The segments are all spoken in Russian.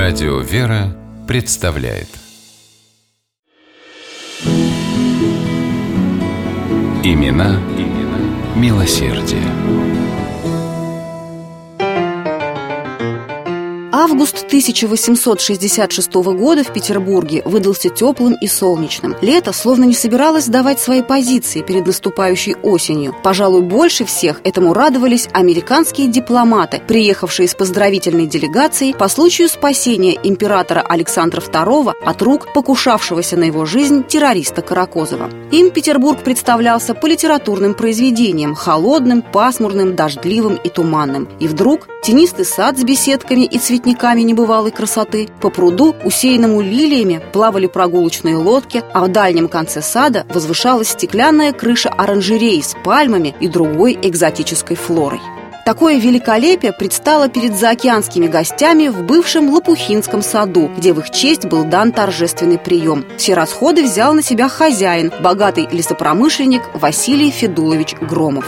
Радио «Вера» представляет Имена милосердия. Август 1866 года в Петербурге выдался теплым и солнечным. Лето словно не собиралось сдавать свои позиции перед наступающей осенью. Пожалуй, больше всех этому радовались американские дипломаты, приехавшие с поздравительной делегацией по случаю спасения императора Александра II от рук покушавшегося на его жизнь террориста Каракозова. Им Петербург представлялся по литературным произведениям: холодным, пасмурным, дождливым и туманным. И вдруг тенистый сад с беседками и цветниками небывалой красоты, по пруду, усеянному лилиями, плавали прогулочные лодки, а в дальнем конце сада возвышалась стеклянная крыша оранжереи с пальмами и другой экзотической флорой. Такое великолепие предстало перед заокеанскими гостями в бывшем Лопухинском саду, где в их честь был дан торжественный прием. Все расходы взял на себя хозяин, богатый лесопромышленник Василий Федулович Громов.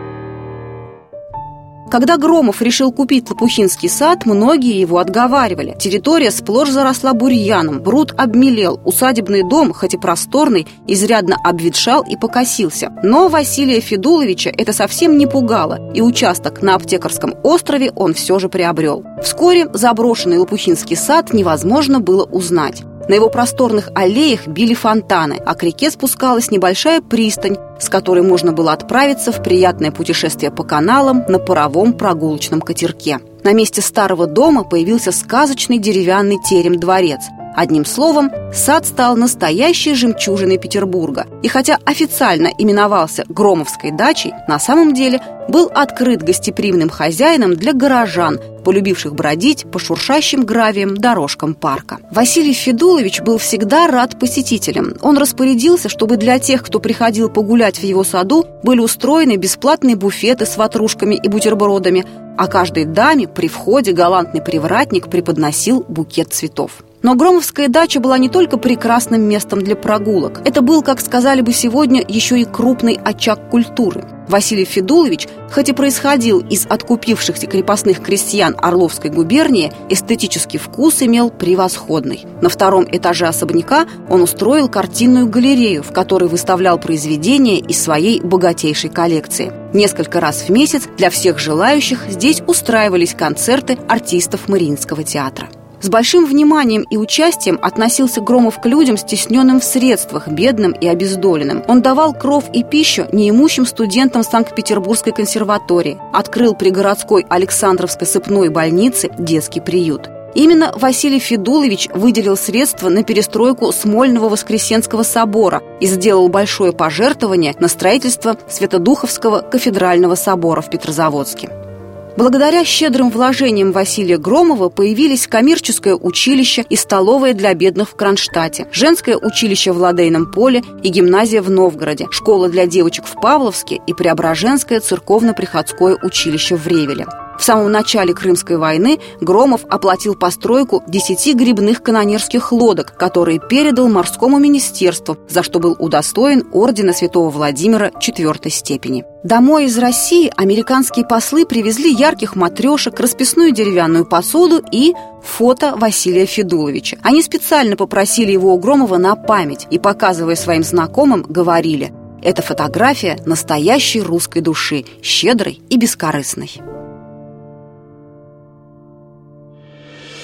Когда Громов решил купить Лопухинский сад, многие его отговаривали. Территория сплошь заросла бурьяном, пруд обмелел, усадебный дом, хоть и просторный, изрядно обветшал и покосился. Но Василия Федуловича это совсем не пугало, и участок на Аптекарском острове он все же приобрел. Вскоре заброшенный Лопухинский сад невозможно было узнать. На его просторных аллеях били фонтаны, а к реке спускалась небольшая пристань, с которой можно было отправиться в приятное путешествие по каналам на паровом прогулочном катерке. На месте старого дома появился сказочный деревянный терем-дворец. Одним словом, сад стал настоящей жемчужиной Петербурга. И хотя официально именовался Громовской дачей, на самом деле был открыт гостеприимным хозяином для горожан, полюбивших бродить по шуршащим гравием дорожкам парка. Василий Федулович был всегда рад посетителям. Он распорядился, чтобы для тех, кто приходил погулять в его саду, были устроены бесплатные буфеты с ватрушками и бутербродами, а каждой даме при входе галантный привратник преподносил букет цветов. Но Громовская дача была не только прекрасным местом для прогулок. Это был, как сказали бы сегодня, еще и крупный очаг культуры. Василий Федулович, хоть и происходил из откупившихся крепостных крестьян Орловской губернии, эстетический вкус имел превосходный. На втором этаже особняка он устроил картинную галерею, в которой выставлял произведения из своей богатейшей коллекции. Несколько раз в месяц для всех желающих здесь устраивались концерты артистов Мариинского театра. С большим вниманием и участием относился Громов к людям, стесненным в средствах, бедным и обездоленным. Он давал кров и пищу неимущим студентам Санкт-Петербургской консерватории, открыл при городской Александровской сыпной больнице детский приют. Именно Василий Федулович выделил средства на перестройку Смольного Воскресенского собора и сделал большое пожертвование на строительство Святодуховского кафедрального собора в Петрозаводске. Благодаря щедрым вложениям Василия Громова появились коммерческое училище и столовая для бедных в Кронштадте, женское училище в Ладейном поле и гимназия в Новгороде, школа для девочек в Павловске и Преображенское церковно-приходское училище в Ревеле. В самом начале Крымской войны Громов оплатил постройку 10 гребных канонерских лодок, которые передал морскому министерству, за что был удостоен ордена Святого Владимира 4 степени. Домой из России американские послы привезли ярких матрешек, расписную деревянную посуду и фото Василия Федуловича. Они специально попросили его у Громова на память и, показывая своим знакомым, говорили: «Это фотография настоящей русской души, щедрой и бескорыстной».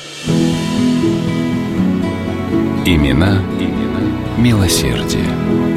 Имена милосердия.